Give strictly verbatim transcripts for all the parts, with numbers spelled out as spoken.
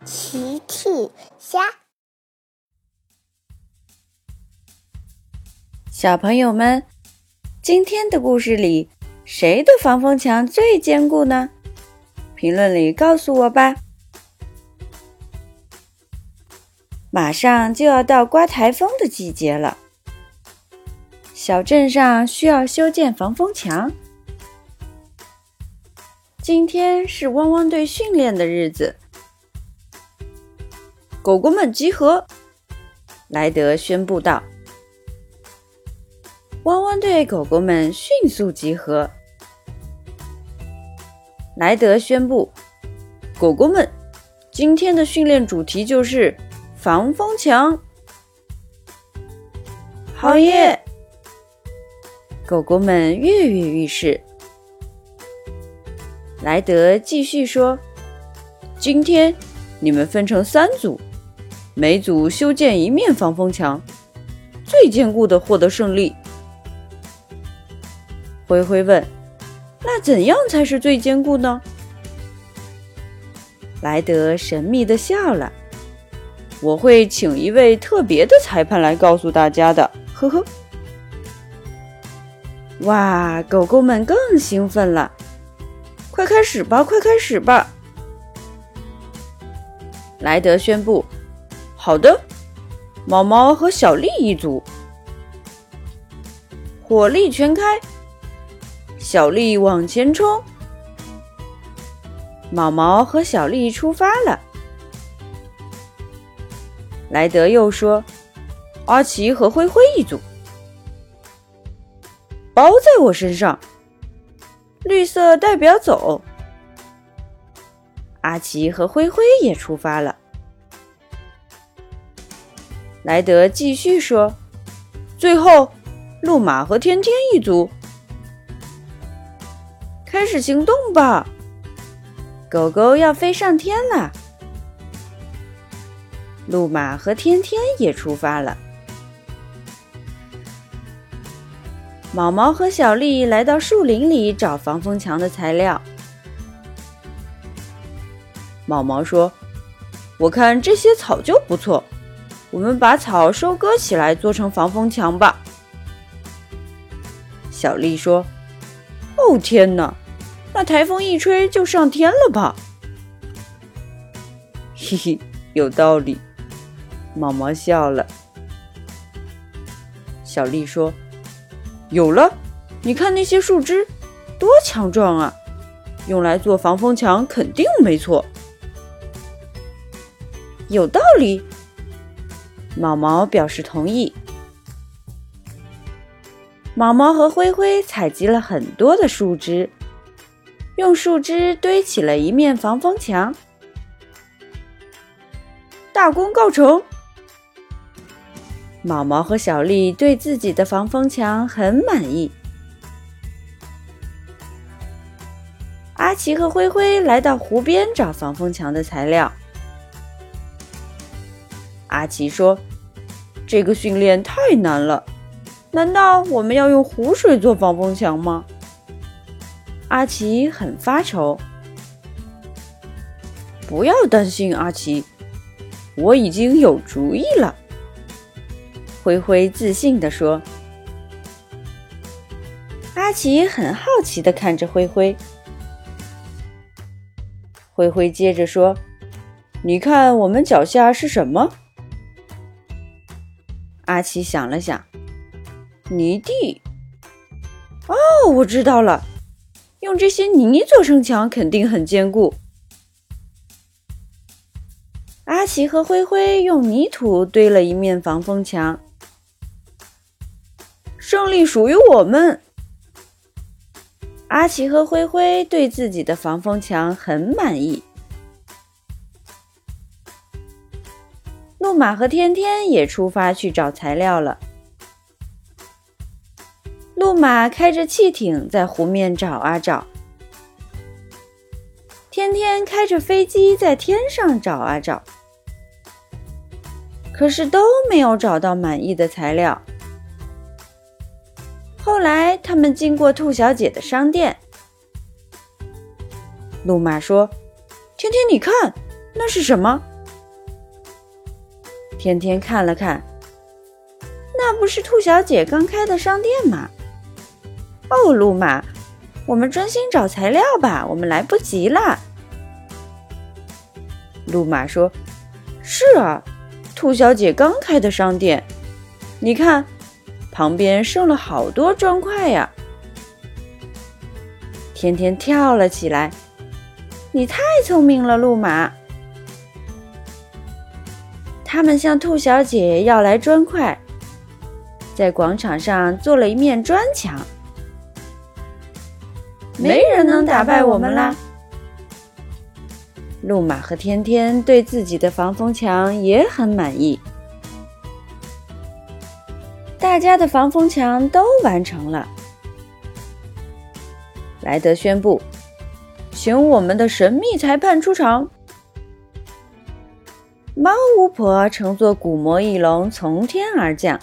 奇趣虾。 小朋友们，今天的故事里，谁的防风墙最坚固呢？评论里告诉我吧。马上就要到刮台风的季节了，小镇上需要修建防风墙。今天是汪汪队训练的日子，狗狗们集合，莱德宣布道。汪汪队狗狗们迅速集合。莱德宣布，狗狗们，今天的训练主题就是防风墙。好耶！狗狗们跃跃欲试。莱德继续说，今天你们分成三组，每组修建一面防风墙，最坚固的获得胜利。灰灰问，那怎样才是最坚固呢？莱德神秘地笑了，我会请一位特别的裁判来告诉大家的，呵呵。哇，狗狗们更兴奋了，快开始吧，快开始吧！莱德宣布，好的，毛毛和小丽一组，火力全开，小丽往前冲。毛毛和小丽出发了。莱德又说，阿奇和灰灰一组，包在我身上，绿色代表走。阿奇和灰灰也出发了。莱德继续说，最后路马和天天一组，开始行动吧，狗狗要飞上天了。路马和天天也出发了。毛毛和小丽来到树林里找防风墙的材料。毛毛说，我看这些草就不错，我们把草收割起来做成防风墙吧。小丽说，哦天哪，那台风一吹就上天了吧？嘿嘿，有道理。毛毛笑了。小丽说，有了，你看那些树枝多强壮啊，用来做防风墙肯定没错。有道理。毛毛表示同意。毛毛和灰灰采集了很多的树枝，用树枝堆起了一面防风墙。大功告成！毛毛和小丽对自己的防风墙很满意。阿奇和灰灰来到湖边找防风墙的材料。阿奇说，这个训练太难了，难道我们要用湖水做防风墙吗？阿奇很发愁。不要担心，阿奇，我已经有主意了。灰灰自信地说。阿奇很好奇地看着灰灰。灰灰接着说，你看我们脚下是什么？阿奇想了想，泥地。哦，我知道了，用这些泥做成墙肯定很坚固。阿奇和灰灰用泥土堆了一面防风墙。胜利属于我们！阿奇和灰灰对自己的防风墙很满意。路马和天天也出发去找材料了。路马开着汽艇在湖面找啊找，天天开着飞机在天上找啊找，可是都没有找到满意的材料。后来他们经过兔小姐的商店，路马说，天天你看，那是什么？ 天天看了看，那不是兔小姐刚开的商店吗？哦，路马，我们专心找材料吧，我们来不及了。路马说：是啊，兔小姐刚开的商店，你看，旁边剩了好多砖块呀。天天跳了起来，你太聪明了，路马。他们向兔小姐要来砖块，在广场上做了一面砖墙。没人能打败我们啦！路马和天天对自己的防风墙也很满意。大家的防风墙都完成了。莱德宣布，请我们的神秘裁判出场。猫巫婆乘坐古魔翼龙从天而降。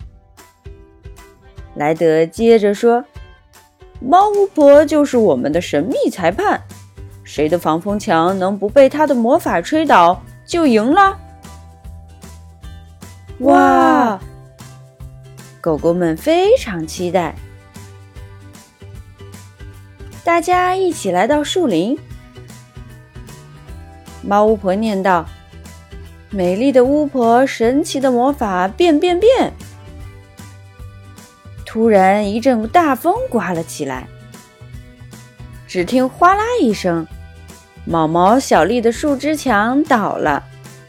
莱德接着说，猫巫婆就是我们的神秘裁判，谁的防风墙能不被她的魔法吹倒，就赢了。哇！狗狗们非常期待。大家一起来到树林。猫巫婆念道，美丽的巫婆，神奇的魔法变变变。突然一阵大风刮了起来，只听哗啦一声，毛毛小丽的树枝墙倒了。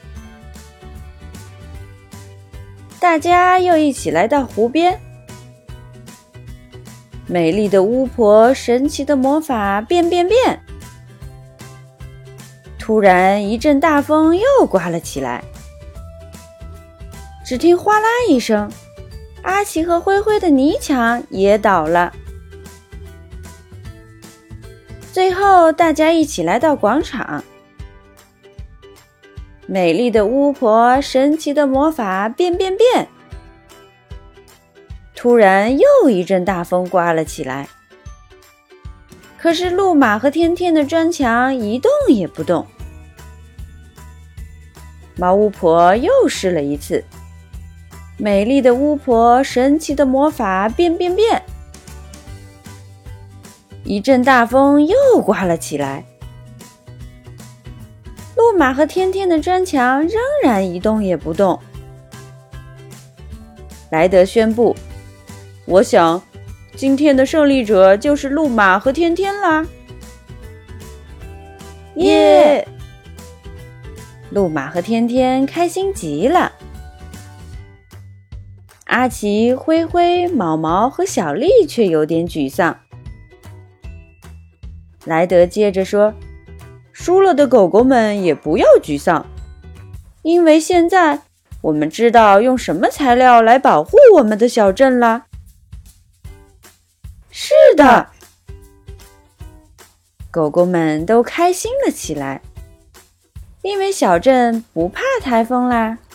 大家又一起来到湖边。美丽的巫婆，神奇的魔法变变变。突然一阵大风又刮了起来，只听哗啦一声，阿奇和灰灰的泥墙也倒了。最后大家一起来到广场。美丽的巫婆，神奇的魔法变变变。突然又一阵大风刮了起来，可是路马和天天的砖墙一动也不动。猫巫婆又试了一次，美丽的巫婆，神奇的魔法变变变。一阵大风又刮了起来，路马和天天的砖墙仍然一动也不动。莱德宣布，我想今天的胜利者就是路马和天天啦。耶！路马和天天开心极了。阿奇、灰灰、毛毛和小丽却有点沮丧。莱德接着说，输了的狗狗们也不要沮丧，因为现在我们知道用什么材料来保护我们的小镇啦。是的，狗狗们都开心了起来，因为小镇不怕台风啦。